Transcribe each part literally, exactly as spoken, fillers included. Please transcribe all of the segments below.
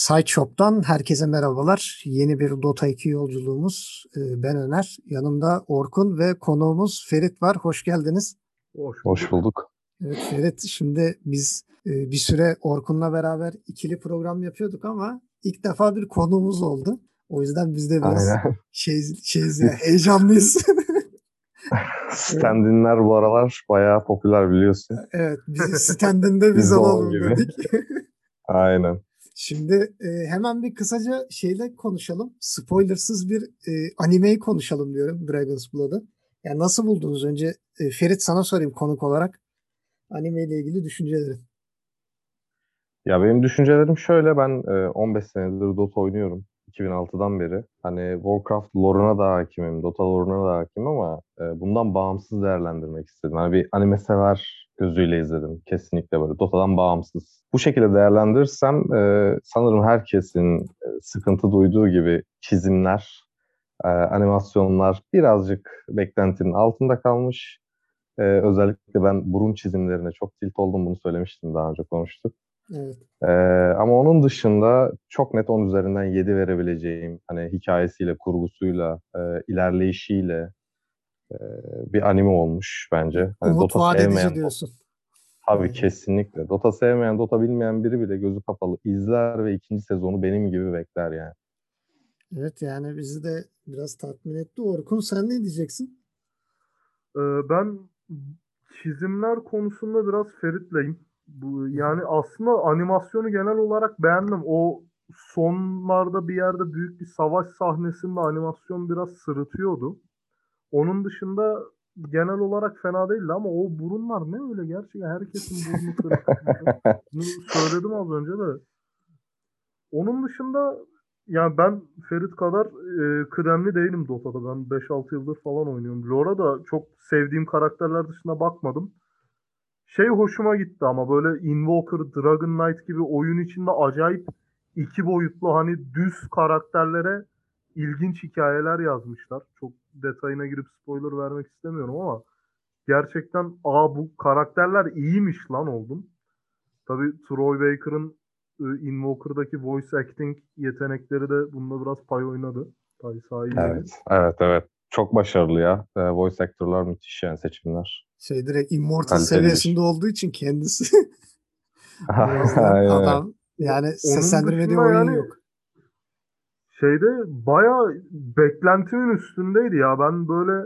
Sideshop'tan herkese merhabalar. Yeni bir Dota iki yolculuğumuz. Ee, Ben Öner. Yanımda Orkun ve konuğumuz Ferit var. Hoş geldiniz. Hoş Hoş bulduk. bulduk. Evet Ferit, şimdi biz e, bir süre Orkun'la beraber ikili program yapıyorduk ama ilk defa bir konuğumuz oldu. O yüzden biz de biraz Aynen. şey, şeyiz ya, Biz heyecanlıyız. Evet, stand-in'ler bu aralar bayağı popüler biliyorsun. evet, bizi standinde biz Biz de onun alalım gibi. dedik. Aynen. Şimdi e, hemen bir kısaca şeyle konuşalım. Spoilersız bir e, animeyi konuşalım diyorum, Dragon's Blood'ı. Yani nasıl buldunuz? Önce e, Ferit, sana sorayım konuk olarak. Anime ile ilgili düşüncelerin. Ya benim düşüncelerim şöyle. Ben e, on beş senedir Dota oynuyorum. iki bin altıdan beri. Hani Warcraft lore'una da hakimim. Dota lore'una da hakimim ama e, bundan bağımsız değerlendirmek istedim. Hani bir anime sever gözüyle izledim. Kesinlikle böyle Dota'dan bağımsız. Bu şekilde değerlendirirsem e, sanırım herkesin e, sıkıntı duyduğu gibi çizimler, e, animasyonlar birazcık beklentinin altında kalmış. Ee, özellikle ben burun çizimlerine çok tilt oldum. Bunu söylemiştim, daha önce konuştuk. Evet. Ee, Ama onun dışında çok net on üzerinden yedi verebileceğim, hani hikayesiyle, kurgusuyla, e, ilerleyişiyle e, bir anime olmuş bence. Hani Umut Dota vaat edici sevmeyen, diyorsun. tabii Aynen. kesinlikle. Dota sevmeyen, Dota bilmeyen biri bile gözü kapalı izler ve ikinci sezonu benim gibi bekler yani. Evet, yani bizi de biraz tatmin etti. Orkun, sen ne diyeceksin? Ee, ben çizimler konusunda biraz Ferit'leyim. Bu, Hı hı. yani aslında animasyonu genel olarak beğendim. O sonlarda bir yerde büyük bir savaş sahnesinde animasyon biraz sırıtıyordu. Onun dışında genel olarak fena değildi ama o burunlar ne öyle, gerçekten herkesin burnu kırık. Bunu söyledim az önce de. Onun dışında yani ben Ferit kadar e, kıdemli değilim Dota'da. Ben beş altı yıldır falan oynuyorum. Lora da çok sevdiğim karakterler dışında bakmadım. Şey hoşuma gitti ama böyle Invoker, Dragon Knight gibi oyun içinde acayip iki boyutlu, hani düz karakterlere ilginç hikayeler yazmışlar. Çok detayına girip spoiler vermek istemiyorum ama gerçekten aa bu karakterler iyiymiş lan oldum. Tabii Troy Baker'ın e, Invoker'daki voice acting yetenekleri de bunda biraz pay oynadı. Pay sahibiydi. Evet, evet, evet. Çok başarılı ya. Ee, voice actor'lar müthiş yani, seçimler. Şey, direkt Immortal Kaliteli seviyesinde iş. olduğu için kendisi biraz da Aynen. adam, O- yani onun seslendirmediği dışında oyun yani yok. şeyde bayağı beklentimin üstündeydi ya. Ben böyle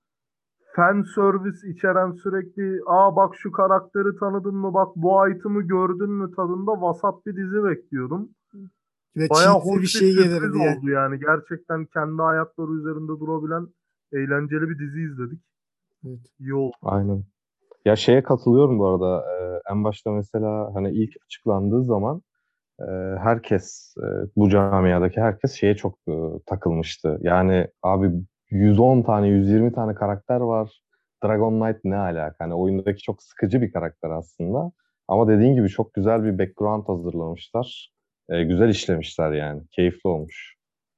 fan service içeren, sürekli aa bak şu karakteri tanıdın mı, bak bu item'ı gördün mü tadında vasat bir dizi bekliyordum. Ve Bayağı cheesy bir hoş bir şey gelir sürpriz diye. oldu yani. Gerçekten kendi ayakları üzerinde durabilen eğlenceli bir dizi izledik. Evet. İyi oldu. Aynen. Ya şeye katılıyorum bu arada. Ee, en başta mesela hani ilk açıklandığı zaman e, herkes, e, bu camiadaki herkes şeye çok e, takılmıştı. Yani abi, yüz on tane, yüz yirmi tane karakter var. Dragon Knight ne alaka? Hani oyundaki çok sıkıcı bir karakter aslında. Ama dediğin gibi çok güzel bir background hazırlamışlar. E, güzel işlemişler yani. Keyifli olmuş.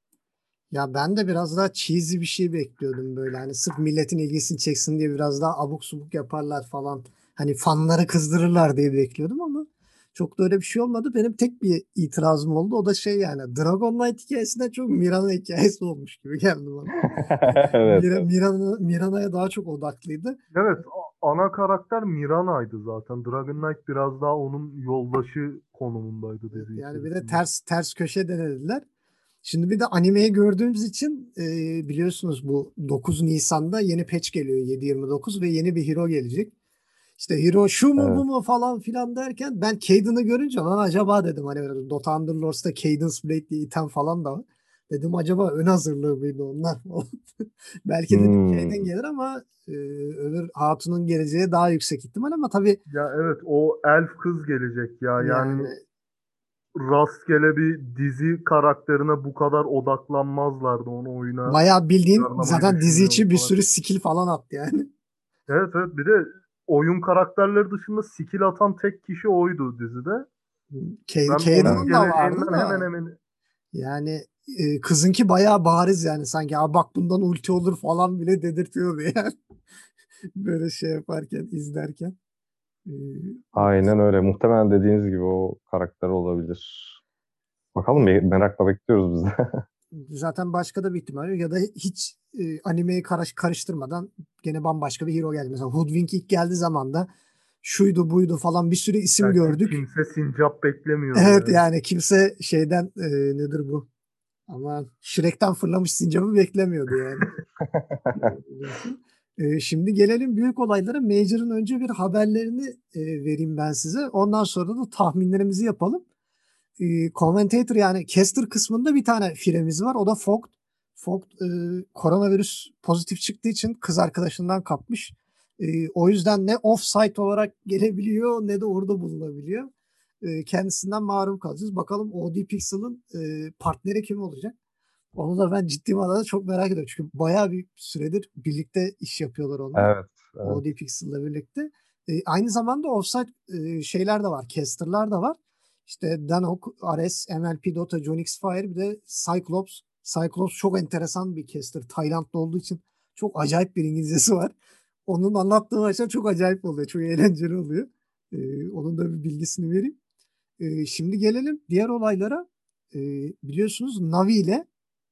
Ya ben de biraz daha cheesy bir şey bekliyordum böyle. Hani sırf milletin ilgisini çeksin diye biraz daha abuk subuk yaparlar falan. Hani fanları kızdırırlar diye bekliyordum ama çok da öyle bir şey olmadı. Benim tek bir itirazım oldu. O da şey, yani Dragon Knight hikayesinden çok Mirana hikayesi olmuş gibi geldi bana. Evet. Mira, Mirana, Mirana'ya daha çok odaklıydı. Evet, a- ana karakter Mirana'ydı zaten. Dragon Knight biraz daha onun yoldaşı konumundaydı Evet, dizi yani bir de içerisinde. ters ters köşe denediler. Şimdi bir de animeyi gördüğümüz için e, biliyorsunuz bu dokuz Nisan'da yeni patch geliyor, yedi yirmi dokuz, ve yeni bir hero gelecek. İşte hero şu mu bu Evet. mu falan filan derken ben Caiden'ı görünce lan acaba dedim, hani böyle Dota Underlords'ta Cadence Blade diye item falan da var. Dedim acaba ön hazırlığı mıydı onlar? Belki dedim şeyden Hmm. gelir ama e, öbür hatunun geleceği daha yüksek ihtimal, ama tabii Ya evet, o elf kız gelecek ya. yani Yani rastgele bir dizi karakterine bu kadar odaklanmazlardı, onu oyuna bayağı bildiğin uyarlamayı zaten dizi düşünmüyor içi bir olsalar. sürü skill falan attı yani. Evet evet, bir de oyun karakterleri dışında skill atan tek kişi oydu dizide. Ca- Ben onun Caden'ın da vardı geleceğinden hemen da hemen yani e, kızınki bayağı bariz, yani sanki "Aa, bak bundan ulti olur" falan bile dedirtiyordu yani. Böyle şey yaparken, izlerken. E, Aynen öyle. Muhtemelen dediğiniz gibi o karakter olabilir. Bakalım, me- merakla bekliyoruz biz de. Zaten başka da bir ihtimal yok. Ya da hiç e, animeyi karış, karıştırmadan gene bambaşka bir hero geldi. Mesela Hoodwink ilk geldiği zaman da şuydu buydu falan bir sürü isim Yani ki- gördük. kimse sincap beklemiyordu Evet yani. yani kimse şeyden e, nedir bu? Ama Shrek'ten fırlamış sincapı beklemiyordu yani. E, şimdi gelelim büyük olaylara. Major'ın önce bir haberlerini e, vereyim ben size. Ondan sonra da tahminlerimizi yapalım. E, commentator yani caster kısmında bir tane firemiz var. O da Fogt. Fogt e, koronavirüs pozitif çıktığı için kız arkadaşından kapmış. E, o yüzden ne off-site olarak gelebiliyor ne de orada bulunabiliyor. E, kendisinden mahrum kalacağız. Bakalım O D Pixel'ın e, partneri kim olacak? Onu da ben ciddi manada çok merak ediyorum. Çünkü bayağı bir süredir birlikte iş yapıyorlar onlar. Evet, evet. O D Pixel'la birlikte. E, aynı zamanda offsite e, şeyler de var. Caster'lar da var. İşte Danok, Ares, M L P, Dota, John X Fire bir de Cyclops. Cyclops çok enteresan bir caster. Tayland'da olduğu için çok acayip bir İngilizcesi var. Onun anlattığı maçlar çok acayip oluyor. Çok eğlenceli oluyor. E, onun da bir bilgisini vereyim. E, şimdi gelelim diğer olaylara. E, biliyorsunuz Navi ile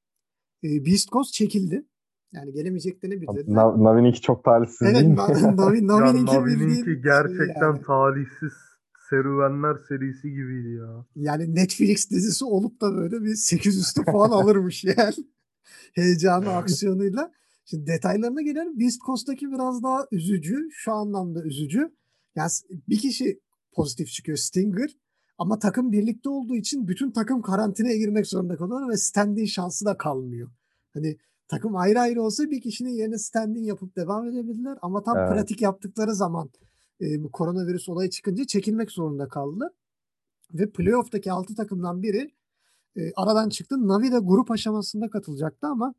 e, Beast Coast çekildi. Yani gelemeyeceklerini bildirdiler. Na- Navi'ninki çok talihsiz Evet değil mi? Na- Navi, Ya Navi'ninki Navi'ninki bildiğin şey gerçekten yani. talihsiz serüvenler serisi gibiydi ya. Yani Netflix dizisi olup da böyle bir sekiz üstü puan alırmış yani. Heyecanı, aksiyonuyla. Şimdi detaylarına gelelim. Beast Coast'taki biraz daha üzücü. Şu anlamda üzücü. Yani bir kişi pozitif çıkıyor Stinger. Ama takım birlikte olduğu için bütün takım karantinaya girmek zorunda kalıyor ve standing şansı da kalmıyor. Hani takım ayrı ayrı olsa bir kişinin yerine standing yapıp devam edebilirler. Ama tam Evet. pratik yaptıkları zaman e, bu koronavirüs olayı çıkınca çekilmek zorunda kaldılar. Ve playoff'taki altı takımdan biri e, aradan çıktı. Navi de grup aşamasında katılacaktı ama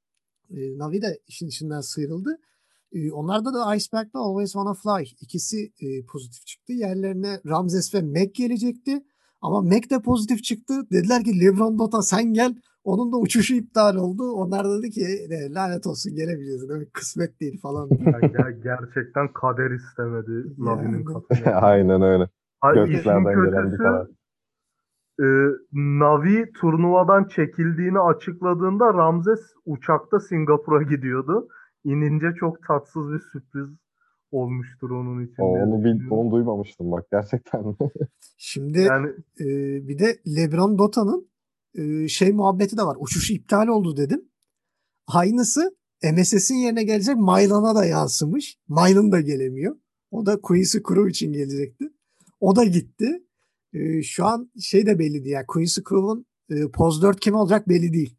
e, Navi de işin içinden sıyrıldı. E, onlarda da Iceberg'la Always Wanna Fly ikisi e, pozitif çıktı. Yerlerine Ramses ve Mac gelecekti. Ama Mac de pozitif çıktı. Dediler ki LeBron Dota sen gel. Onun da uçuşu iptal oldu. Onlar da dedi ki e, lanet olsun gelemeyeceğiz. Demek kısmet değil falan diye. Ya ger- gerçekten kader istemedi Navi'nin Yani katılmasını. Aynen öyle. Ha, bir de işin Göklerden gelen bir karar. kötüsü e, Navi turnuvadan çekildiğini açıkladığında Ramses uçakta Singapur'a gidiyordu. İnince çok tatsız bir sürpriz olmuştur onun için O, diye onu bil, düşünüyorum. onu duymamıştım bak, gerçekten. şimdi Yani e, bir de LeBron Dota'nın e, şey muhabbeti de var. Uçuşu iptal oldu dedim. Aynısı M S S'in yerine gelecek Mylan'a da yansımış. Mylan da gelemiyor. O da Quincy Crew için gelecekti. O da gitti. Ee, şu an şey de belli değil. Yani Quincy Crew'un e, Poz dört kim olacak belli değil.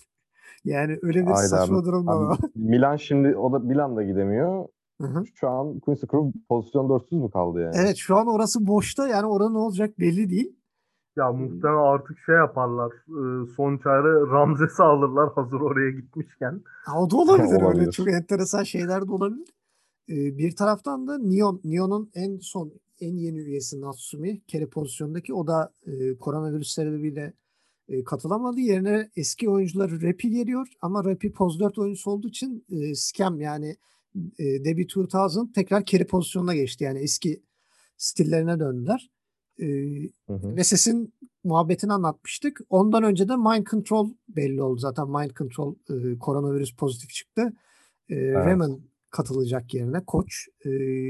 Yani öyle bir Haydi abi. saçma durum da Abi, var. Milan şimdi, o da Milan da gidemiyor. Hı hı. Şu an Quincy Crew pozisyon dörtsüz mü kaldı yani? Evet şu an orası boşta. Yani orada ne olacak belli değil. ya Ee, muhtemelen artık şey yaparlar. e, Son çare Ramses'i alırlar hazır oraya gitmişken. ha, o da olabilir. Öyle çok Olabilir. enteresan şeyler de olabilir. Ee, bir taraftan da Neon, Neon'un en son en yeni üyesi Natsumi carry pozisyondaki o da e, koronavirüs sebebiyle e, katılamadı. Yerine eski oyuncular Rappi geliyor ama Rappi Poz dört oyuncusu olduğu için e, scam yani e, Debbie iki bin tekrar carry pozisyonuna geçti. Yani eski stillerine döndüler. E, Hı hı. Ve sesin muhabbetini anlatmıştık. Ondan önce de Mind Control belli oldu. Zaten Mind Control e, koronavirüs pozitif çıktı. E, Evet. Ramen katılacak yerine koç. E,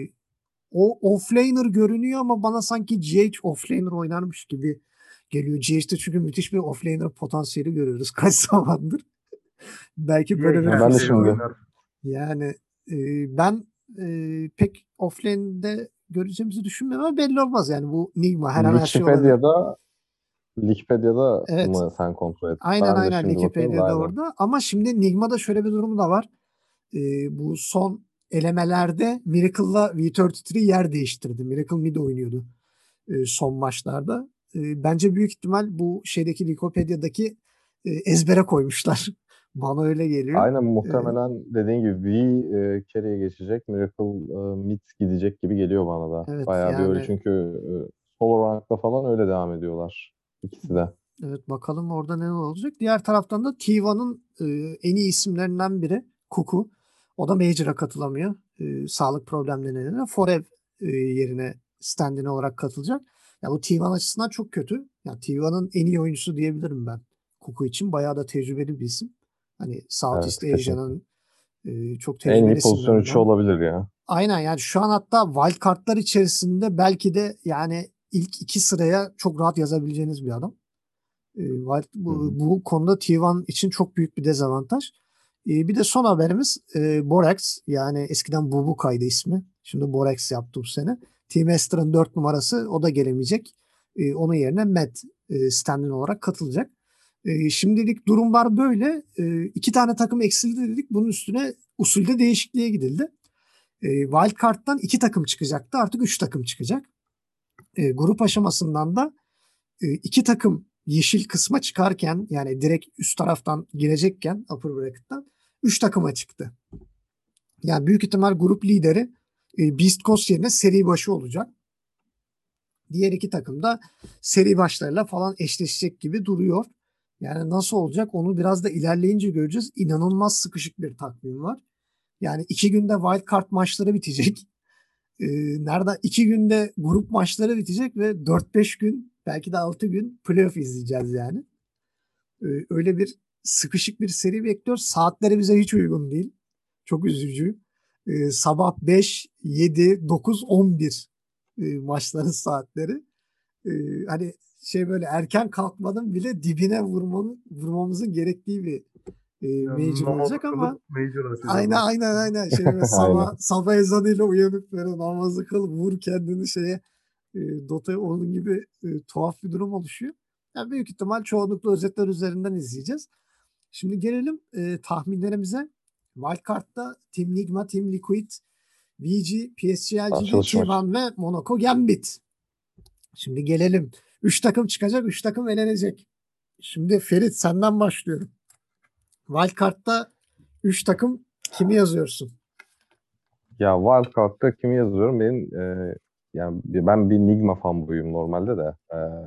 o offlaner görünüyor ama bana sanki G H offlaner oynarmış gibi geliyor. G H'te çünkü müthiş bir offlaner potansiyeli görüyoruz kaç zamandır. Belki Diye böyle bir Ya ben de her fırsat. şimdi oynar. Yani e, ben e, pek offlane'de göreceğimizi düşünmüyorum ama belli olmaz yani bu Nigma her an her şey olabilir. Wikipedia'da Wikipedia'da Evet. mı sen kontrol et? Aynen Ben de aynen şimdi bakıyorum da Wikipedia'da aynen. orada. Ama şimdi Nigma'da şöyle bir durum da var. E, bu son elemelerde Miracle'la V otuz üç yer değiştirdi. Miracle mid oynuyordu e, son maçlarda. E, bence büyük ihtimal bu şeydeki Wikipedia'daki e, ezbere koymuşlar. Bana öyle geliyor. Aynen, E, muhtemelen dediğin gibi V e, carry'e geçecek. Miracle e, mid gidecek gibi geliyor bana da. evet Bayağı bir öyle, yani çünkü e, solo rankta falan öyle devam ediyorlar. İkisi de. evet bakalım orada ne olacak. Diğer taraftan da T bir'in e, en iyi isimlerinden biri Kuku. O da Major'a katılamıyor. E, sağlık problemleri nedeniyle Forev e, yerine stand-in olarak katılacak. Ya bu T bir açısından çok kötü. Ya T one'ın en iyi oyuncusu diyebilirim ben. Kuku için bayağı da tecrübeli bir isim. Hani Evet, Southeast kesinlikle. Asia'nın e, çok En tecrübeli iyi pozisyon üçü isimlerinden. olabilir ya. Aynen, yani şu an hatta wild kartlar içerisinde belki de yani ilk iki sıraya çok rahat yazabileceğiniz bir adam. E, wild, Hı bu, hı. bu konuda T one için çok büyük bir dezavantaj. E, bir de son haberimiz e, Borax, yani eskiden Bubuka'ydı ismi. Şimdi Borax yaptı bu sene. Team Ester'ın dört numarası, o da gelemeyecek. E, onun yerine Matt e, stand-in olarak katılacak. E, şimdilik durumlar böyle. E, iki tane takım eksildi dedik. Bunun üstüne usulde değişikliğe gidildi. E, Wildcard'dan iki takım çıkacaktı. Artık üç takım çıkacak. E, grup aşamasından da e, iki takım yeşil kısma çıkarken, yani direkt üst taraftan girecekken upper bracket'tan üç takıma çıktı. Yani büyük ihtimal grup lideri e, Beast Coast yerine seri başı olacak. Diğer iki takım da seri başlarıyla falan eşleşecek gibi duruyor. Yani nasıl olacak onu biraz da ilerleyince göreceğiz. İnanılmaz sıkışık bir takvim var. Yani iki günde wild card maçları bitecek. Ee, nerede iki günde grup maçları bitecek ve dört beş gün, belki de altı gün playoff izleyeceğiz yani. Ee, öyle bir sıkışık bir seri bekliyor. Saatleri bize hiç uygun değil. Çok üzücü. Ee, sabah beş, yedi, dokuz, on bir e, maçların saatleri. Ee, hani şey, böyle erken kalkmanın bile dibine vurmanın, vurmamızın gerektiği bir e, Yani major namazı olacak kılıp ama major açacağız aynen artık. aynen aynen şey, böyle Aynen. sabah sabah ezanıyla uyanıp böyle namazı kıl, vur kendini şeye, e, Dota'ya, onun gibi e, tuhaf bir durum oluşuyor. Yani büyük ihtimal çoğunlukla özetler üzerinden izleyeceğiz. Şimdi gelelim e, tahminlerimize. Wildcard'da Team Nigma, Team Liquid, V G, P S G L G D, Açılış maçı. T bir ve Monaco Gambit. Şimdi gelelim. Üç takım çıkacak, üç takım elenecek. Şimdi Ferit, senden başlıyorum. Wildcard'da üç takım kimi yazıyorsun? Ya Wildcard'da kimi yazıyorum? Benim e, yani ben bir Nigma fanboyum normalde de.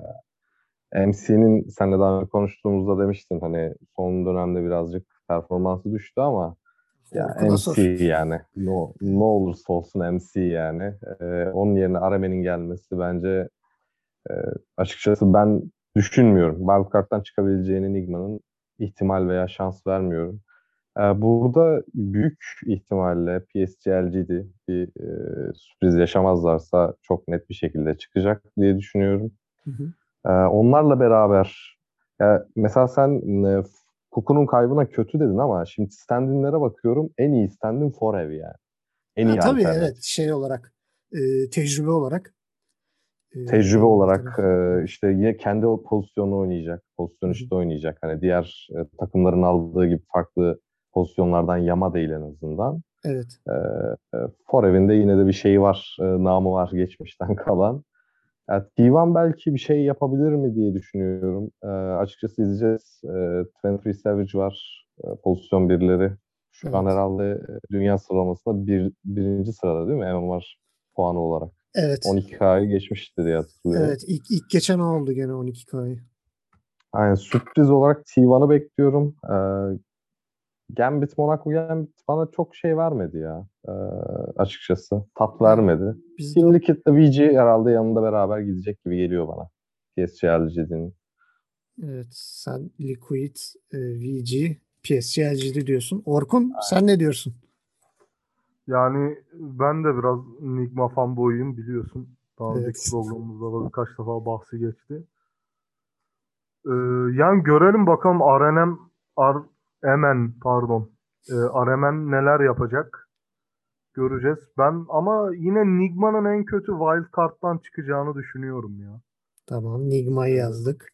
E, M C'nin senle daha önce konuştuğumuzda demiştin hani son dönemde birazcık performansı düştü ama ya Orkun'a M C sor. yani no, ne olursa olsun M C yani. E, onun yerine Arame'nin gelmesi bence e, açıkçası ben düşünmüyorum. Wildcard'dan çıkabileceğini Nigma'nın ihtimal veya şans vermiyorum. Ee, Burada büyük ihtimalle P S G L G D bir e, sürpriz yaşamazlarsa çok net bir şekilde çıkacak diye düşünüyorum. Hı hı. Ee, onlarla beraber ya mesela sen e, Kuku'nun kaybına kötü dedin ama şimdi stand-in'lere bakıyorum, en iyi stand-in Forev yani. En Ha, iyi tabii evet, alternatif. şey olarak e, tecrübe olarak e, Tecrübe en iyi olarak alternatif. e, Evet. işte yine kendi o pozisyonunu oynayacak. Hı Pozisyon hı. işte oynayacak. Hani diğer e, takımların aldığı gibi farklı pozisyonlardan yama değil en azından. Evet. Ee, e, Forev'in de yine de bir şeyi var, e, namı var geçmişten kalan. Yani T bir belki bir şey yapabilir mi diye düşünüyorum. Ee, açıkçası izleyeceğiz. Ee, yirmi üç Savage var, e, pozisyon birileri. Şu an Evet. herhalde e, dünya sıralamasında bir, birinci sırada değil mi? M M R puanı olarak. Evet. on iki K'yı geçmişti diye hatırlıyorum. Evet. İlk, ilk geçen o oldu gene on iki K'yı. Yani sürpriz olarak T bir'i bekliyorum. Ee, Gambit, Monaco Gambit bana çok şey vermedi ya. Ee, açıkçası. Tat Ya vermedi. bizde Team o, Liquid'le V G herhalde yanında beraber gidecek gibi geliyor bana. P S G L G D'nin. evet, sen Liquid, e, V G, P S G L G D diyorsun. Orkun, sen ne diyorsun? Yani ben de biraz Nigma fanboyuyum biliyorsun. Daha önceki Evet. programımızda da birkaç defa bahsi geçti. Ee, Yani görelim bakalım Arenem Ar Emen pardon. Ee, Aremen neler yapacak göreceğiz. Ben ama yine Nigma'nın en kötü wild card'dan çıkacağını düşünüyorum ya. Tamam. Nigma'yı Ee, yazdık.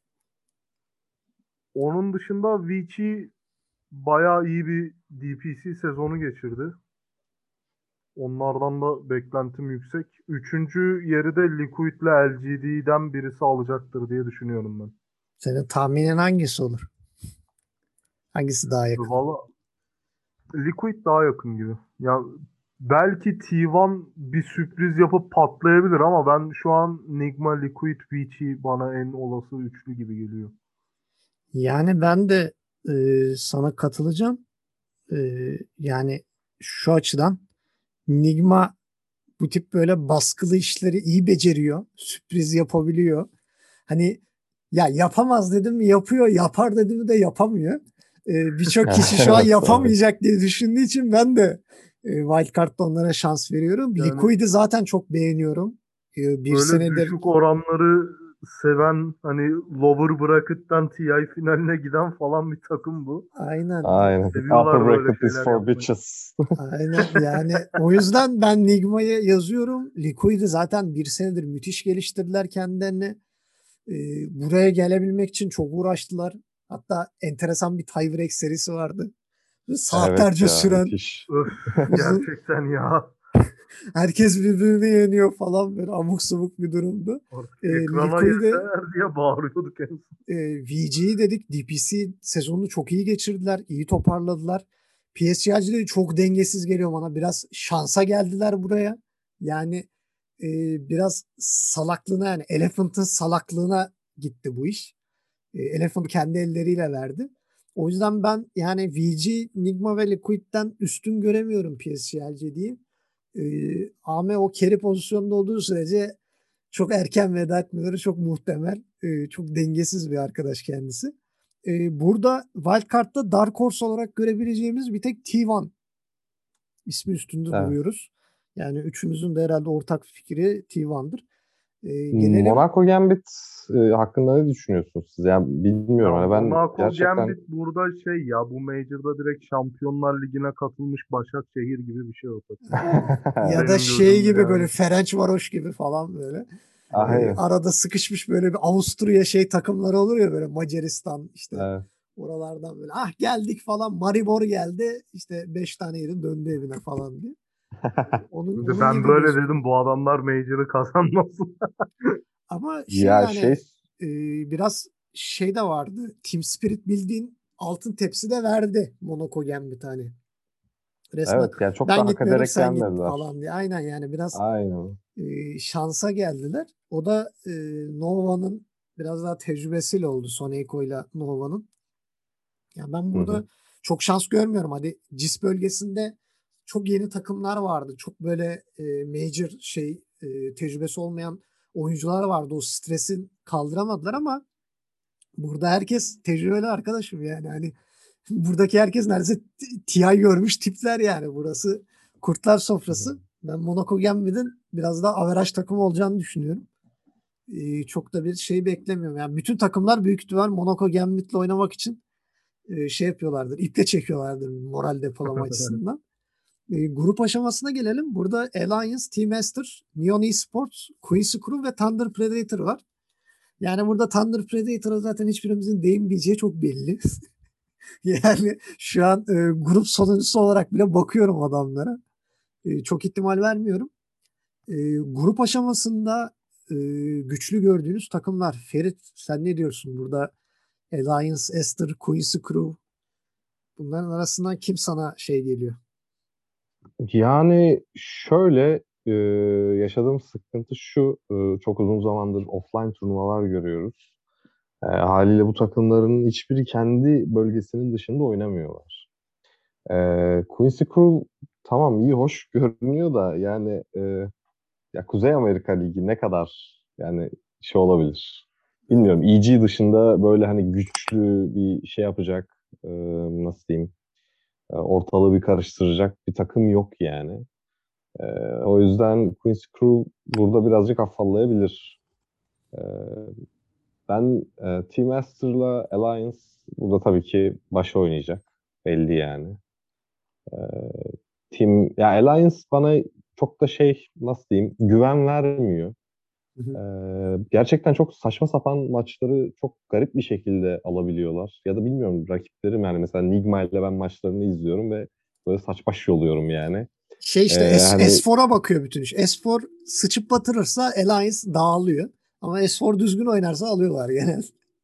Onun dışında Vici bayağı iyi bir D P C sezonu geçirdi. Onlardan da beklentim yüksek. Üçüncü yeri de Liquid'le L G D'den birisi alacaktır diye düşünüyorum ben. Senin tahminin hangisi olur? Hangisi daha yakın? Valla Liquid daha yakın gibi. Ya belki T bir bir sürpriz yapıp patlayabilir ama ben şu an Nigma, Liquid, Vici bana en olası üçlü gibi geliyor. Yani ben de e, sana katılacağım. E, yani şu açıdan Nigma bu tip böyle baskılı işleri iyi beceriyor. Sürpriz yapabiliyor. Hani Ya yapamaz dedim mi yapıyor, yapar dedim mi de yapamıyor. Ee, Birçok kişi şu an Evet, evet. yapamayacak diye düşündüğü için ben de e, Wildcard'da onlara şans veriyorum. Yani Liquid'i zaten çok beğeniyorum. Ee, bir öyle senedir düşük oranları seven hani lower bracket'tan T I finaline giden falan bir takım bu. aynen Aynen. Seviyorlar Upper böyle bracket is şeyler for yapmayı. bitches. aynen yani o yüzden ben Nigma'ya yazıyorum. Liquid'i zaten bir senedir müthiş geliştirdiler kendilerini. Ee, buraya gelebilmek için çok uğraştılar. Hatta enteresan bir tiebreak serisi vardı. Evet Saatlerce ya, süren müthiş. Öf, uzun, gerçekten ya. herkes birbirini yeniyor falan, böyle abuk sabuk bir durumdu. Artık E, ekrana Liquid'e yeter diye bağırıyorduk en son. e, V G dedik. D P C sezonunu çok iyi geçirdiler. İyi toparladılar. P S G C'de çok dengesiz geliyor bana. Biraz şansa geldiler buraya. Yani e, biraz salaklığına, yani Elephant'ın salaklığına gitti bu iş. E, Elephant kendi elleriyle verdi. O yüzden ben yani V G, Nigma ve Liquid'den üstün göremiyorum P S G L diye. E, Ame o carry pozisyonda olduğu sürece çok erken veda etmeleri çok muhtemel. E, çok dengesiz bir arkadaş kendisi. E, burada Wildcard'da Dark Horse olarak görebileceğimiz bir tek T bir ismi üstünde Evet. duruyoruz. Yani üçümüzün de herhalde ortak fikri T bir'dir. E, gelelim Monaco Gambit e, hakkında ne düşünüyorsunuz siz? Yani bilmiyorum. Ya Hani ben Monaco gerçekten Gambit burada şey ya bu Major'da direkt Şampiyonlar Ligi'ne katılmış Başakşehir gibi bir şey o takım. ya da Benim şey gözümde gibi, böyle yani. Ferencvaros gibi falan böyle. E, aynen. arada sıkışmış böyle bir Avusturya şey takımları olur ya, böyle Macaristan işte Evet. oralardan böyle ah geldik falan, Maribor geldi işte beş tane yerin döndü evine falan diye. Onun Şimdi onun ben gibi böyle gözüküyor. dedim bu adamlar Major'ı kazanmasın. Ama şey Ya yani şey e, biraz şey de vardı. Team Spirit bildiğin altın tepsi de verdi Monaco Gambit bir tane. Resmen evet, yani çok da ben hak gitmiyorum ederek sen git gelmediler. falan diye. Aynen yani biraz Aynen. e, şansa geldiler. O da e, Nova'nın biraz daha tecrübesiyle oldu. Soneco ile Nova'nın. Yani ben Hı hı. burada çok şans görmüyorum. Hadi C I S bölgesinde çok yeni takımlar vardı. Çok böyle e, major şey e, tecrübesi olmayan oyuncular vardı. O stresin kaldıramadılar ama burada herkes tecrübeli arkadaşım yani. Hani buradaki herkes neredeyse T I görmüş tipler yani. Burası kurtlar sofrası. Ben Monaco Gambit'in biraz daha averaj takım olacağını düşünüyorum. Ee, çok da bir şey beklemiyorum. Yani bütün takımlar büyük ihtimal Monaco Gambit'le oynamak için e, şey yapıyorlardır. İple çekiyorlardır moral depolama açısından. E, grup aşamasına gelelim. Burada Alliance, Team Master, Neon Esports, Quincy Crew ve Thunder Predator var. Yani burada Thunder Predator'a zaten hiçbirimizin değinmeyeceği çok belli. Yani şu an e, grup sonuncusu olarak bile bakıyorum adamlara. E, çok ihtimal vermiyorum. E, grup aşamasında e, güçlü gördüğünüz takımlar. Ferit sen ne diyorsun? Burada Alliance, Esther, Quincy Crew, bunların arasından kim sana şey geliyor? Yani şöyle e, yaşadığım sıkıntı şu, e, çok uzun zamandır offline turnuvalar görüyoruz. E, haliyle bu takımların hiçbiri kendi bölgesinin dışında oynamıyorlar. E, Quincy Crew tamam, iyi hoş görünüyor da yani e, ya Kuzey Amerika Ligi ne kadar yani şey olabilir. Bilmiyorum. E G dışında böyle hani güçlü bir şey yapacak, e, nasıl diyeyim, e, ortalığı bir karıştıracak bir takım yok yani. Ee, o yüzden Queen's Crew burada birazcık afallayabilir. Ee, ben e, Team Aster'la Alliance burada tabii ki baş oynayacak. Belli yani. Ee, Team ya Alliance bana çok da şey, nasıl diyeyim, güven vermiyor. Hı hı. Ee, gerçekten çok saçma sapan maçları çok garip bir şekilde alabiliyorlar. Ya da bilmiyorum, rakiplerim yani mesela Nigma ile ben maçlarını izliyorum ve böyle saç baş yoluyorum yani. Şey işte Ee, S, hani S4'a bakıyor bütün iş. S dört sıçıp batırırsa Alliance dağılıyor. Ama S dört düzgün oynarsa alıyorlar genelde.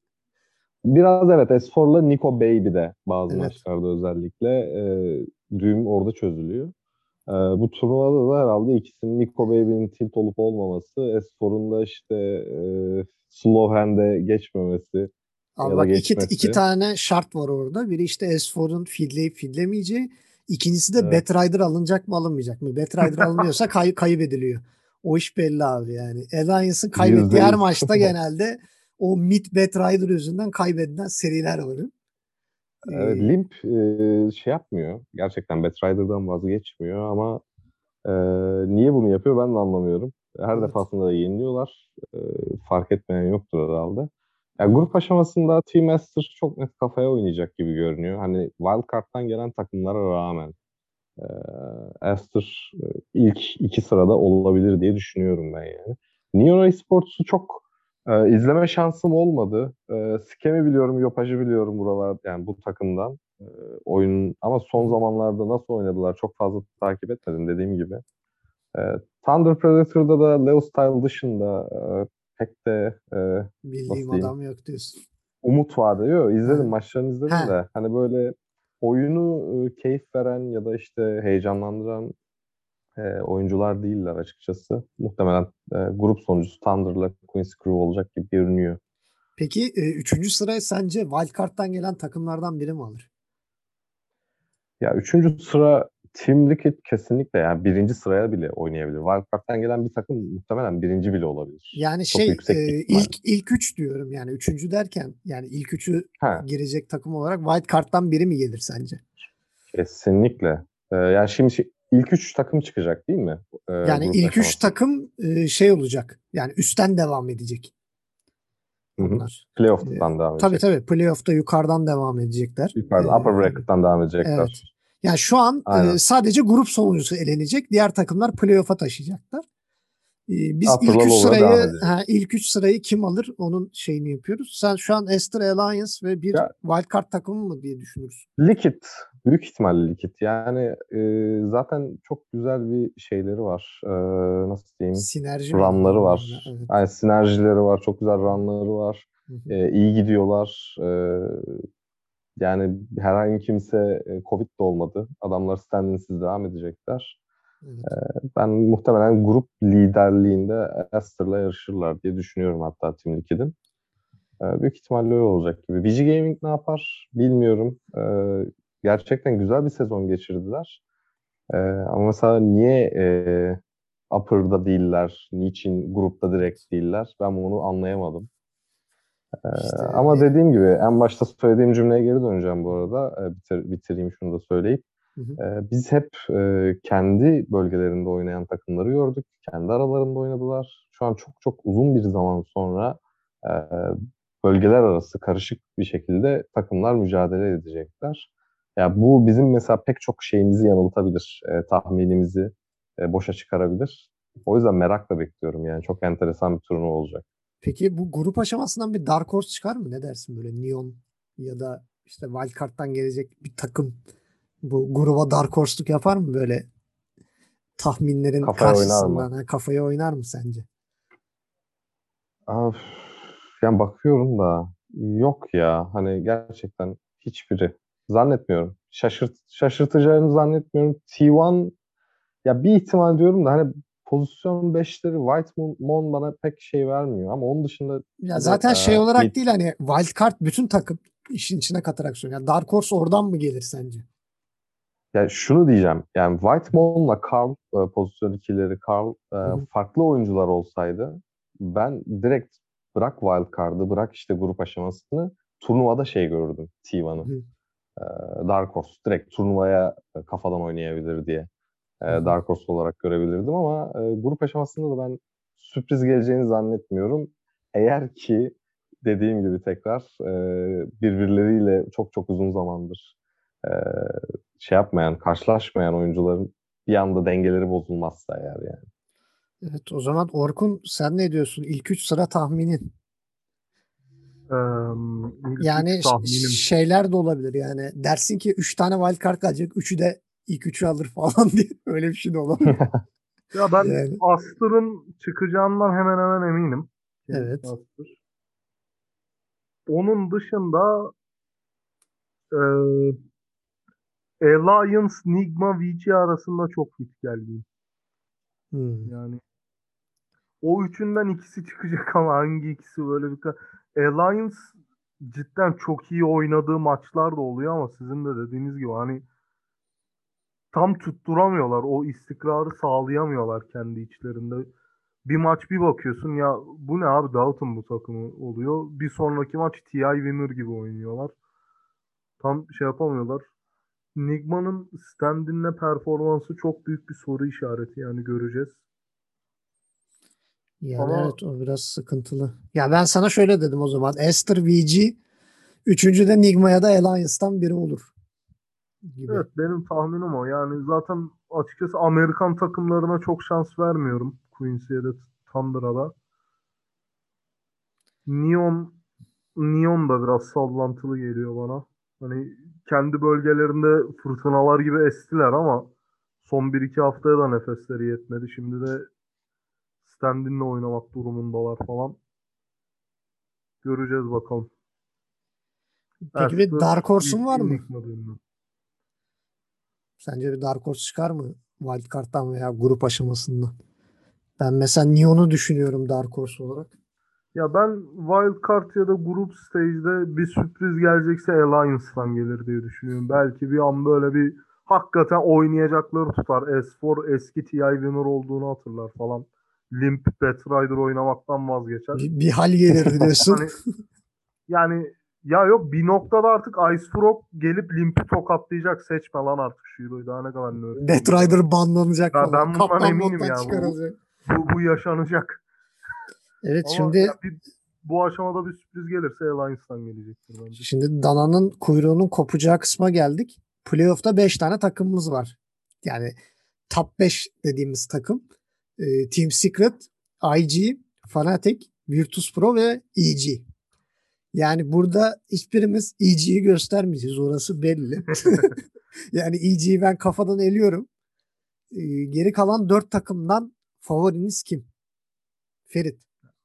biraz evet, S dört'la Nico Baby'de bazı Evet. maçlarda özellikle e, düğüm orada çözülüyor. E, bu turnuvada da herhalde ikisinin, Nico Baby'nin tilt olup olmaması, S dört'ün da işte e, slow hand'e geçmemesi Abi ya da bak iki, iki geçmesi. tane şart var orada. Biri işte S dört'ün feedleyip feedlemeyeceği. İkincisi de Evet. Batrider alınacak mı alınmayacak mı? Batrider alınıyorsa kay, kaybediliyor. O iş belli abi yani. Alliance'ın Yüzde kaybettiği her yüz. maçta genelde o Mid Bat Rider yüzünden kaybedilen seriler var. Evet, Ee, Limp e, şey yapmıyor. Gerçekten Batrider'dan vazgeçmiyor ama e, niye bunu yapıyor ben de anlamıyorum. Her evet. defasında da yeniliyorlar. E, fark etmeyen yoktur herhalde. Yani grup aşamasında Team Aster çok net kafaya oynayacak gibi görünüyor. Hani Wildcard'dan gelen takımlara rağmen e, Aster e, ilk iki sırada olabilir diye düşünüyorum ben yani. Neon Esports'u çok e, izleme şansım olmadı. E, Skem'i biliyorum, Yopaj'ı biliyorum buralar yani bu takımdan. E, oyun ama Hı son hı. zamanlarda nasıl oynadılar çok fazla takip etmedim dediğim gibi. E, Thunder Predator'da da Leo Style dışında e, pek de e, Bildiğim nasıl diyeyim adam yok diyorsun. umut vaat ediyor. İzledim, Ha. maçlarını izledim Ha. de hani böyle oyunu e, keyif veren ya da işte heyecanlandıran e, oyuncular değiller açıkçası. Muhtemelen e, grup sonuncusu Thunder'la Queen's Crew olacak gibi görünüyor. Peki e, üçüncü sırayı sence Wildcard'dan gelen takımlardan biri mi alır? Ya üçüncü sıra Team Liquid kesinlikle yani birinci sıraya bile oynayabilir. Wildcard'dan gelen bir takım muhtemelen birinci bile olabilir. Yani Çok şey yüksek bir e, ihtimal. ilk ilk üç diyorum yani üçüncü derken yani ilk üçü Ha, girecek takım olarak Wildcard'dan biri mi gelir sence? kesinlikle. E, yani şimdi şi- ilk üç takım çıkacak değil mi? E, Yani grup ilk üç aşamasında. takım e, şey olacak. Yani üstten devam edecek Hı hı. onlar. E, Playoff'tan devam tabii edecek. tabii playoff'ta yukarıdan devam edecekler. E, Yukarıda upper bracket'tan devam evet. edecekler. Yani şu an e, Aynen. sadece grup sonuncusu elenecek. Diğer takımlar playoff'a taşıyacaklar. Ee, Biz ilk Upper'la üç lower'a devam sırayı edecek. ha, ilk üç sırayı kim alır onun şeyini yapıyoruz. Sen şu an Aster Alliance ve bir Ya wildcard takımı mı diye düşünürsün? Likit. Büyük ihtimalle Likit. Yani e, zaten çok güzel bir şeyleri var. E, nasıl diyeyim? Sinerji mi Runları deniyor ona? var. Evet. Yani sinerjileri var. Çok güzel runları var. Hı hı. E, iyi gidiyorlar. E, yani herhangi kimse e, Covid de olmadı. Adamlar standingsiz devam edecekler. Evet. Ben muhtemelen grup liderliğinde Aster'la yarışırlar diye düşünüyorum hatta Team Liquid'in. E, büyük ihtimalle öyle olacak gibi. V G Gaming ne yapar bilmiyorum. E, gerçekten güzel bir sezon geçirdiler. E, ama mesela niye e, Upper'da değiller, niçin grupta direkt değiller ben bunu anlayamadım. E, İşte ama ne? dediğim gibi en başta söylediğim cümleye geri döneceğim bu arada. E, bitir, bitireyim şunu da söyleyip. Hı hı. E, biz hep e, kendi bölgelerinde oynayan takımları gördük. Kendi aralarında oynadılar. Şu an çok çok uzun bir zaman sonra e, bölgeler arası karışık bir şekilde takımlar mücadele edecekler. Ya bu bizim mesela pek çok şeyimizi yanıltabilir, e, tahminimizi e, boşa çıkarabilir. O yüzden merakla bekliyorum yani çok enteresan bir turnuva olacak. Peki bu grup aşamasından bir Dark Horse çıkar mı? Ne dersin böyle Neon ya da işte wildcard'dan gelecek bir takım bu gruba Dark Horse'luk yapar mı böyle tahminlerin Kafaya oynar mı? karşısından ha, kafaya oynar mı sence? Of, yani bakıyorum da yok ya hani gerçekten hiçbiri zannetmiyorum. Şaşırt şaşırtacağını zannetmiyorum. T bir ya bir ihtimal diyorum da hani pozisyon beşleri White Moon, Moon bana pek şey vermiyor ama onun dışında Ya bir de zaten şey e, olarak mid değil hani wildcard bütün takım işin içine katarak söylüyor. Yani Dark Horse oradan mı gelir sence? ya şunu diyeceğim yani White Moon'la Carl e, pozisyon ikileri Carl Hı e, hı. farklı oyuncular olsaydı ben direkt bırak wild card'ı bırak işte grup aşamasını turnuvada şey gördüm T Hı bir'ı. hı. e, Dark Horse direkt turnuvaya e, kafadan oynayabilir diye e, Hı hı. Dark Horse olarak görebilirdim ama e, grup aşamasında da ben sürpriz geleceğini zannetmiyorum. Eğer ki dediğim gibi tekrar e, birbirleriyle çok çok uzun zamandır e, şey yapmayan, karşılaşmayan oyuncuların bir anda dengeleri bozulmazsa eğer yani. Evet o zaman Orkun sen ne diyorsun? İlk üç sıra tahminin. Ee, ilk üç Yani ş- tahminim. şeyler de olabilir yani. Dersin ki üç tane wildcard gelecek. Üçü de ilk üçü alır falan diye. Öyle bir şey de olabilir. Ya ben Yani Aster'ın çıkacağından hemen hemen eminim. İkincisi evet. Aster. Onun dışında e, Alliance, Nigma, V G arasında çok git geldi. Hmm. Yani o üçünden ikisi çıkacak ama hangi ikisi böyle bir... ka- Alliance cidden çok iyi oynadığı maçlar da oluyor ama sizin de dediğiniz gibi hani tam tutturamıyorlar. O istikrarı sağlayamıyorlar kendi içlerinde. Bir maç bir bakıyorsun ya bu ne abi Dalton bu takımı oluyor. Bir sonraki maç T I winner gibi oynuyorlar. Tam şey yapamıyorlar. Nigma'nın stand-in'le performansı çok büyük bir soru işareti yani göreceğiz. Yani Ama evet, o biraz sıkıntılı. Ya ben sana şöyle dedim o zaman. Esther V G üçüncü de Nigma ya da Alliance'dan biri olur gibi. evet benim tahminim o. Yani zaten açıkçası Amerikan takımlarına çok şans vermiyorum. Quincy'ye de Thunder'a da. Neon Neon da biraz sallantılı geliyor bana. Hani kendi bölgelerinde fırtınalar gibi estiler ama son bir iki haftaya da nefesleri yetmedi. Şimdi de stand-in'le oynamak durumundalar falan. Göreceğiz bakalım. Peki bir Aster, Dark Horse'un var V P, mı? Enigma diyorum Sence bir Dark Horse çıkar mı? Wildcard'dan veya grup aşamasında. Ben mesela Neon'u düşünüyorum Dark Horse olarak. ya ben Wild Card ya da Group Stage'de bir sürpriz gelecekse Alliance'dan gelir diye düşünüyorum. Belki bir an böyle bir hakikaten oynayacakları tutar. S dört eski T I winner olduğunu hatırlar falan. Limp Batrider oynamaktan vazgeçer. Bir, bir hal gelir diyorsun. Hani yani ya yok bir noktada artık Ice Frog gelip Limp'i tokatlayacak. Seçme lan artık şu Euro'yu daha ne kadar nerf Death oynayacağım. Rider banlanacak Ben, falan. ben bundan Kaplan eminim moddan ya. Bu, çıkarılacak. bu, bu yaşanacak. Evet, Ama şimdi ya bir, bu aşamada bir sürpriz gelirse Alliance'dan gelecektir bence. şimdi Dana'nın kuyruğunun kopacağı kısma geldik. Playoff'ta beş tane takımımız var. Yani top beş dediğimiz takım. e, Team Secret, I G, Fnatic, Virtus Pro ve E G. Yani burada hiçbirimiz E G'yi göstermeyeceğiz. Orası belli. Yani E G'yi ben kafadan eliyorum. E, geri kalan dört takımdan favoriniz kim? Ferit.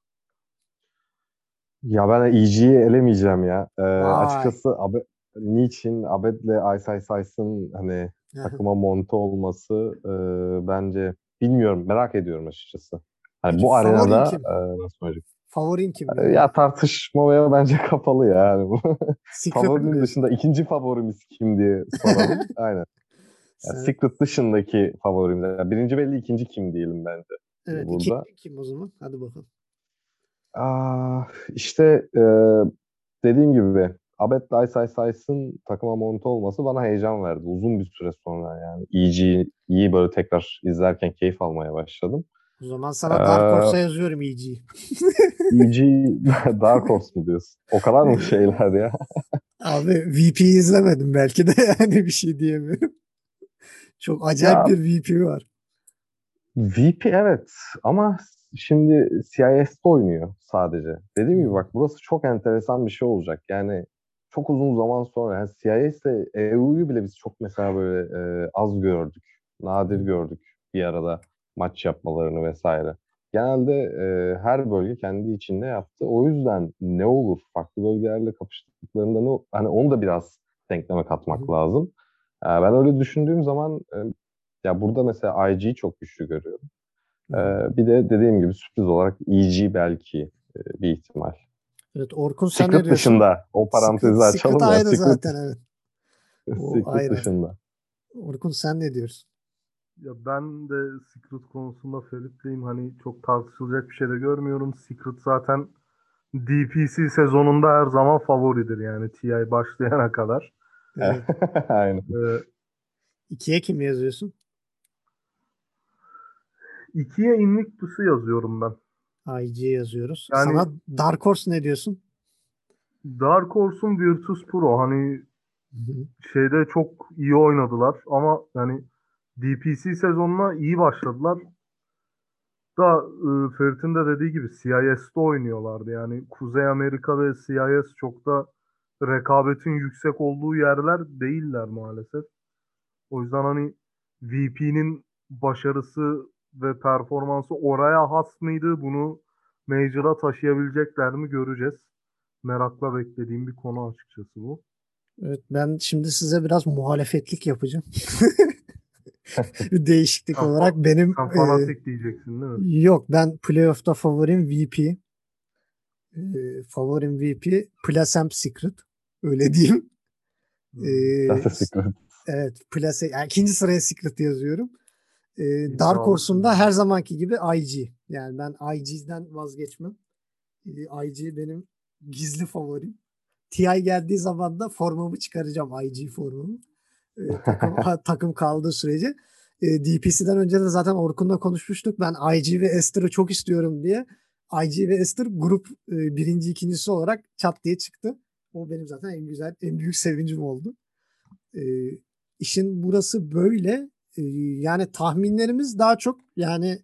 Ya ben E G'yi elemeyeceğim ya. Ee, Vay. açıkçası Abe, niçin Abed'le Ice Ice Ice'ın hani takıma monte olması e, bence bilmiyorum, merak ediyorum açıkçası. Hani Peki bu favorin arenada kim? e, nasıl söyleyeyim? Favorin kim E, yani? Ya tartışmaya bence kapalı yani bu. Secret mi Favorinin diyorsun? dışında ikinci favorimiz kim diye soralım. Aynen. Ya Sen, Secret dışındaki favorimiz. Yani birinci belli, ikinci kim diyelim bence evet, burada. ikinci kim o zaman? Hadi bakalım. Aa, işte e, dediğim gibi Abed Ice Ice Ice'ın takıma monte olması bana heyecan verdi. Uzun bir süre sonra yani. E G'yi iyi böyle tekrar izlerken keyif almaya başladım. O zaman Ee, sana Dark Horse'a yazıyorum E G'yi. E G Dark Horse mu diyorsun? O kadar mı şeyler ya? Abi V P'yi izlemedim belki de yani bir şey diyemiyorum. Çok acayip Ya bir V P var. V P evet ama şimdi C I S'de oynuyor sadece. Dediğim gibi Hmm. bak burası çok enteresan bir şey olacak. Yani çok uzun zaman sonra yani C I S ile E U'yu bile biz çok mesela böyle e, az gördük. Nadir gördük bir arada maç yapmalarını vesaire. Genelde e, her bölge kendi içinde yaptı. O yüzden ne olur farklı bölgelerle kapıştıklarında ne hani onu da biraz denkleme katmak lazım. E, ben öyle düşündüğüm zaman e, ya burada mesela I G'yi çok güçlü görüyorum. Ee, bir de dediğim gibi sürpriz olarak E G belki e, bir ihtimal. Evet, Orkun sen ne Secret diyorsun? dışında o Secret, parantezi Secret açalım ya. ayrı Secret, zaten, evet. O Secret ayrı. dışında. Orkun sen ne diyorsun? Ya ben de Secret konusunda Ferit'leyim. Hani çok tartışılacak bir şey de görmüyorum. Secret zaten D P C sezonunda her zaman favoridir yani T I başlayana kadar. Evet. Aynen. Ee, İkiye kim yazıyorsun? ikiye Invictus'u yazıyorum ben. I G yazıyoruz. Yani Sana Dark Horse ne diyorsun? Dark Horse'un Virtus Pro hani Hı hı. şeyde çok iyi oynadılar ama yani D P C sezonuna iyi başladılar. Da e, Ferit'in de dediği gibi C I S'te oynuyorlardı. Yani Kuzey Amerika ve C I S çok da rekabetin yüksek olduğu yerler değiller maalesef. O yüzden hani V P'nin başarısı ve performansı oraya has mıydı? Bunu Major'a taşıyabilecekler mi göreceğiz. Merakla beklediğim bir konu açıkçası bu. Evet, ben şimdi size biraz muhalefetlik yapacağım. Bir değişiklik Sen, olarak fa- benim sen e, fanatik diyeceksin değil mi? yok, ben playoff'ta favorim V P. E, favorim V P. Plasem Secret. Öyle diyeyim. E, Hmm. That's a secret. evet. Plase, yani ikinci sıraya Secret yazıyorum. E, Dark İddialısın Horse'um da yani. her zamanki gibi I G. Yani ben I G'den vazgeçmem. E, I G benim gizli favorim. T I geldiği zaman da formamı çıkaracağım. I G formumu. E, takım takım kaldığı sürece. E, D P C'den önce de zaten Orkun'la konuşmuştuk. Ben I G ve Esther'ı çok istiyorum diye. I G ve Esther grup e, birinci ikincisi olarak çat diye çıktı. O benim zaten en güzel, en büyük sevincim oldu. E, işin burası böyle. E, yani tahminlerimiz daha çok yani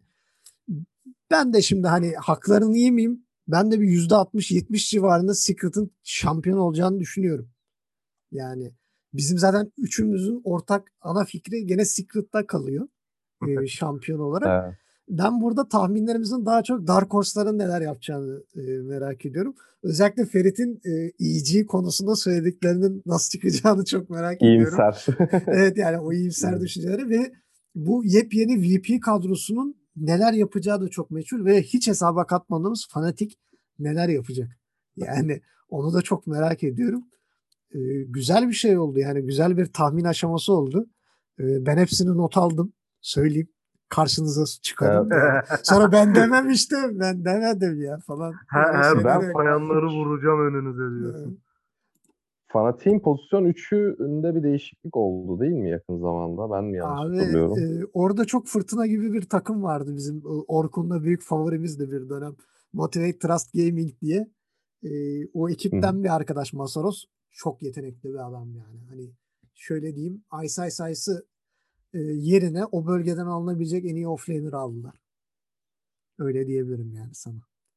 ben de şimdi hani haklarını yemeyeyim. Ben de bir yüzde altmış yetmiş civarında Secret'ın şampiyon olacağını düşünüyorum. Yani bizim zaten üçümüzün ortak ana fikri gene Secret'ta kalıyor e, şampiyon olarak. Evet. Ben burada tahminlerimizin daha çok Dark Horse'ların neler yapacağını e, merak ediyorum. Özellikle Ferit'in e, E G konusunda söylediklerinin nasıl çıkacağını çok merak ediyorum. İyimser. Evet yani o iyimser Evet. düşünceleri ve bu yepyeni V P kadrosunun neler yapacağı da çok meçhul ve hiç hesaba katmadığımız Fnatic neler yapacak. Yani onu da çok merak ediyorum. Ee, güzel bir şey oldu yani güzel bir tahmin aşaması oldu. Ee, ben hepsini not aldım. Söyleyeyim karşınıza çıkarayım Evet. yani. Sonra ben dememiştim ben demedim ya falan. Her, Öyle her şeyler Ben gün yok. bayanları vuracağım önünüze Ee, diyorsun. Fanatik'in pozisyon üçünde bir değişiklik oldu değil mi yakın zamanda? Ben mi yanlış Abi hatırlıyorum? e, orada çok fırtına gibi bir takım vardı bizim. E, Orkun'la büyük favorimizdi bir dönem. Motivate Trust Gaming diye. E, o Hı hı. ekipten bir arkadaş Masaros. Çok yetenekli bir adam yani. Hani şöyle diyeyim Ice Ice Ice'ı e, yerine o bölgeden alınabilecek en iyi offlaner aldılar. Öyle diyebilirim yani sana.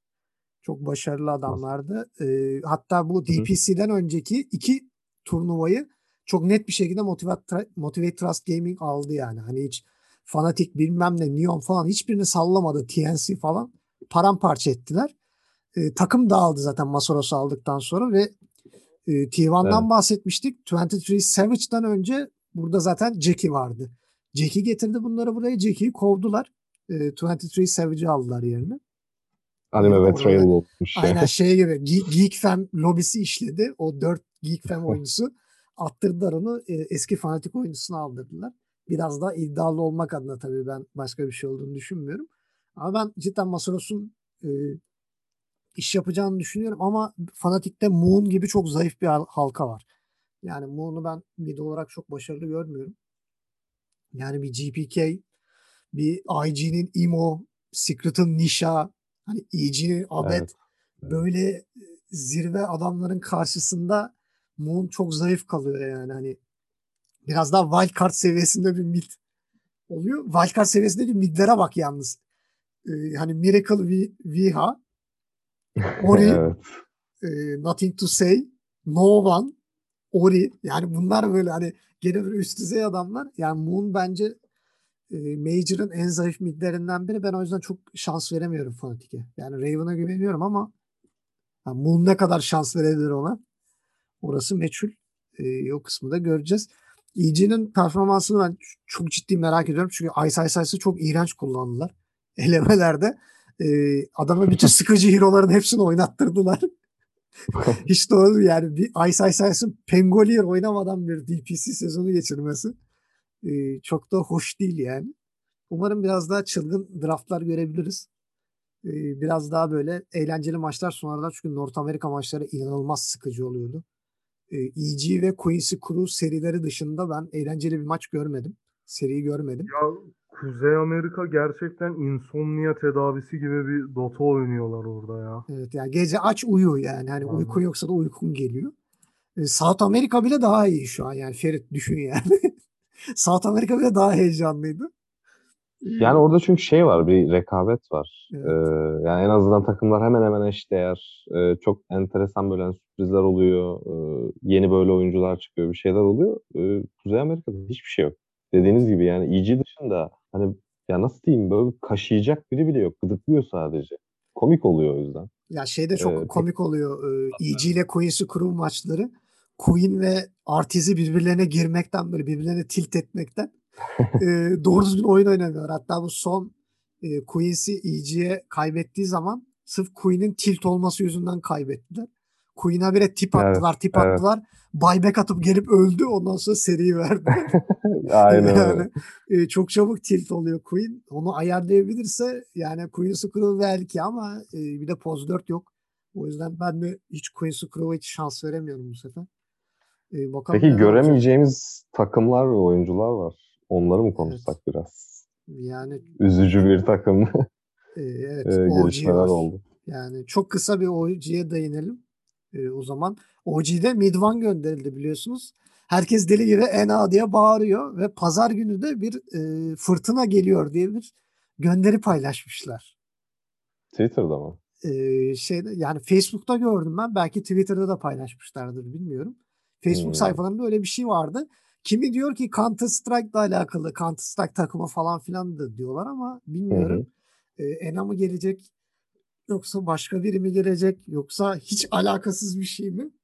Çok başarılı Nasıl? adamlardı. E, hatta bu Hı hı. D P C'den önceki iki turnuvayı çok net bir şekilde Motivate, Motivate Trust Gaming aldı yani. Hani hiç Fnatic bilmem ne Neon falan hiçbirini sallamadı. T N C falan paramparça ettiler. E, takım dağıldı zaten Masoros'u aldıktan sonra ve e, T Evet. bir'den bahsetmiştik. yirmi üç Savage'dan önce burada zaten Jackie vardı. Jackie getirdi bunları buraya. Jackie'yi kovdular. E, yirmi üç Savage'i aldılar yerine. E, Anime ve trail orada olmuş aynen yani. şey gibi Ge- Geek Fam lobisi işledi. O dört Geek Fam oyuncusu attırdılar onu e, eski fanatik oyuncusuna aldırdılar. Biraz daha iddialı olmak adına tabii ben başka bir şey olduğunu düşünmüyorum. Ama ben cidden Masaros'un e, iş yapacağını düşünüyorum ama Fanatik'te Moon gibi çok zayıf bir hal- halka var. Yani Moon'u ben mid olarak çok başarılı görmüyorum. Yani bir G P K, bir I G'nin Imo, Secret'ın Nisha, hani E G'nin Abed Evet. Evet. böyle e, zirve adamların karşısında Moon çok zayıf kalıyor yani hani biraz daha wildcard seviyesinde bir mid oluyor. Wildcard seviyesindeki midlere bak yalnız. Ee, hani Miracle v, Viha, Ori, Evet. e, Nothing to Say, No One, Ori. Yani bunlar böyle hani gene böyle üst düzey adamlar. Yani Moon bence e, Major'ın en zayıf midlerinden biri. Ben o yüzden çok şans veremiyorum Fnatic'e. Yani Raven'a güveniyorum ama yani Moon ne kadar şans verebilir ona? Orası meçhul. E, o kısmı da göreceğiz. E G'nin performansını ben çok ciddi merak ediyorum. Çünkü Ice Ice Ice'ı çok iğrenç kullandılar. Elemelerde. E, adamı bütün sıkıcı hero'ların hepsini oynattırdılar. Hiç doğru değil. Yani bir Ice Ice Ice'ın Pengolier oynamadan bir D P C sezonu geçirmesi e, çok da hoş değil yani. Umarım biraz daha çılgın draftlar görebiliriz. E, biraz daha böyle eğlenceli maçlar sonradan çünkü North Amerika maçları inanılmaz sıkıcı oluyordu. E, E G ve Quincy Cruz serileri dışında ben eğlenceli bir maç görmedim. Seriyi görmedim. Ya Kuzey Amerika gerçekten insomnia tedavisi gibi bir Dota oynuyorlar orada ya. Evet yani gece aç uyu yani. Hani uykun Vallahi. yoksa da uykun geliyor. E, South Amerika bile daha iyi şu an yani Ferit düşün yani. South Amerika bile daha heyecanlıydı. E, Yani orada çünkü şey var, bir rekabet var. Ee, evet. yani en azından takımlar hemen hemen eşdeğer. Ee, çok enteresan böyle hani sürprizler oluyor. Ee, yeni böyle oyuncular çıkıyor, bir şeyler oluyor. Ee, Kuzey Amerika'da hiçbir şey yok. Dediğiniz gibi yani E G dışında hani ya nasıl diyeyim böyle kaşıyacak biri bile yok. Gıdıklıyor sadece. Komik oluyor o yüzden. Ya şey de Ee, çok pek komik oluyor. E, E G ile Quincy Crew maçları. Queen ve Artiz'i birbirlerine girmekten böyle birbirlerine tilt etmekten e, doğru düzgün oyun oynamıyorlar. Hatta bu son e, Quincy E G'ye kaybettiği zaman sırf Queen'in tilt olması yüzünden kaybettiler. Queen'a bile tip Evet, attılar, tip evet. attılar. Buyback atıp gelip öldü. Ondan sonra seriyi verdiler. Aynen öyle. Yani e, çok çabuk tilt oluyor Queen. Onu ayarlayabilirse yani Queen Screw belki ama e, bir de Poz dört yok. O yüzden ben de hiç Queen Screw'a hiç şans veremiyorum bu sefer. E, bakalım Peki neler olacak. göremeyeceğimiz takımlar ve oyuncular var. Onları mı Evet. konuşsak biraz? Yani Üzücü bir takım e, evet e, O G gelişmeler var. oldu. Yani çok kısa bir O G'ye değinelim. E, o zaman O G'de Mid One gönderildi biliyorsunuz. Herkes deli gibi N A diye bağırıyor ve pazar günü de bir e, fırtına geliyor diye bir gönderi paylaşmışlar. Twitter'da mı? E, şeyde yani Facebook'ta gördüm ben. Belki Twitter'da da paylaşmışlardır bilmiyorum. Facebook Hmm. sayfalarında öyle bir şey vardı. Kimi diyor ki Counter Strike'la alakalı Counter Strike takımı falan filan da diyorlar ama Hı bilmiyorum. hı. E, N A mı gelecek yoksa başka biri mi gelecek yoksa hiç alakasız bir şey mi?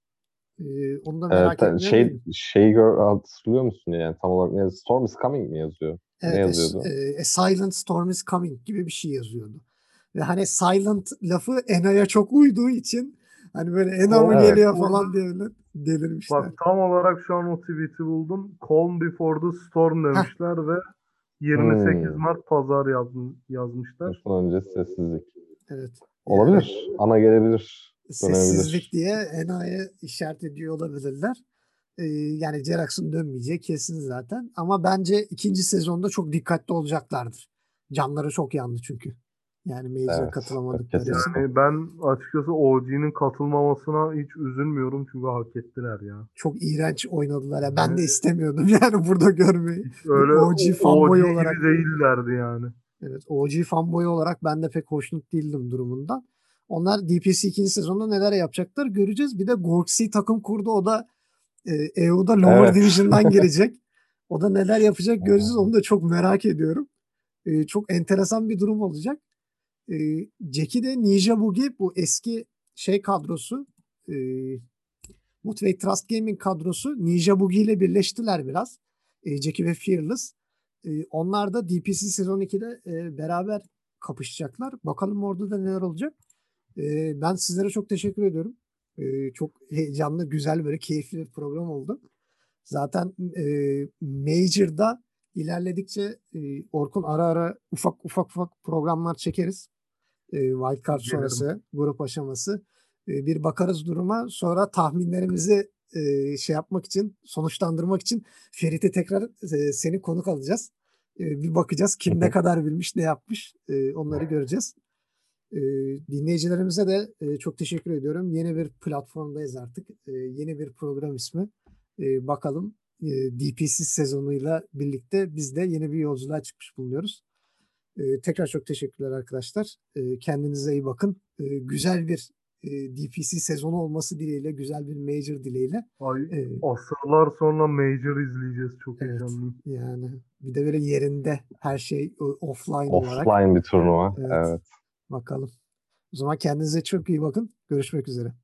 Ee, onu da Ee, merak ta- etmiyor şey değilim. şeyi gör, hatırlıyor musun yani tam olarak ne yazıyor? Storm is coming mi yazıyor? Ne Evet, a, yazıyordu? e, a Silent Storm is Coming gibi bir şey yazıyordu. Ve hani silent lafı N A'ya çok uyduğu için hani böyle N A mı Calm Evet. geliyor Before falan the, diye böyle delirmişler. bak tam olarak şu an o tweet'i buldum. Calm Before the Storm Heh, demişler ve yirmi sekiz Hmm. Mart pazar yazm- yazmışlar. Bundan önce sessizlik. evet. Yani Olabilir. Ana gelebilir. sessizlik Dönebilir. diye N A'ya işaret ediyor olabilirler. Ee, yani Jerax'ın dönmeyeceği kesin zaten. Ama bence ikinci sezonda çok dikkatli olacaklardır. Canları çok yandı çünkü. Yani Major'a Evet. katılamadıkları için. Kesinlikle. Yani ben açıkçası O G'nin katılmamasına hiç üzülmüyorum çünkü hak ettiler ya. Çok iğrenç oynadılar. Ya. Ben Yani de istemiyordum yani burada görmeyi. hiç Bir öyle O G O- OG fanboy olarak. gibi değillerdi yani. Evet, O G fanboy olarak ben de pek hoşnut değildim durumundan. Onlar D P C ikinci sezonda neler yapacaklar göreceğiz. Bir de Gorksy takım kurdu. O da e, E U'da Lower Evet. Division'dan gelecek. O da neler yapacak göreceğiz. Onu da çok merak ediyorum. E, çok enteresan bir durum olacak. E, Jackie de Ninja Boogie bu eski şey kadrosu e, Motivate Trust Gaming kadrosu Ninja Boogie ile birleştiler biraz. E, Jackie ve Fearless. E, onlar da D P C sezon ikide e, beraber kapışacaklar. Bakalım orada da neler olacak. E, ben sizlere çok teşekkür ediyorum. E, çok heyecanlı, güzel böyle keyifli bir program oldu. Zaten e, Major'da ilerledikçe e, Orkun ara ara ufak ufak ufak programlar çekeriz. E, Wildcard Gelirim. sonrası, grup aşaması. E, bir bakarız duruma. Sonra tahminlerimizi e, şey yapmak için, sonuçlandırmak için Ferit'e tekrar e, seni konuk alacağız. E, bir bakacağız kim ne kadar bilmiş, ne yapmış. E, onları göreceğiz. E, dinleyicilerimize de e, çok teşekkür ediyorum. Yeni bir platformdayız artık. E, yeni bir program ismi. E, bakalım e, D P C sezonuyla birlikte biz de yeni bir yolculuğa çıkmış bulunuyoruz. E, tekrar çok teşekkürler arkadaşlar. E, kendinize iyi bakın. E, güzel bir e, D P C sezonu olması dileğiyle, güzel bir Major dileğiyle. Ay E, asırlar sonra Major izleyeceğiz. Çok evet, heyecanlıyım. yani bir de böyle yerinde her şey o- offline olarak. Offline bir turnuva. Evet, Evet. bakalım. O zaman kendinize çok iyi bakın. Görüşmek üzere.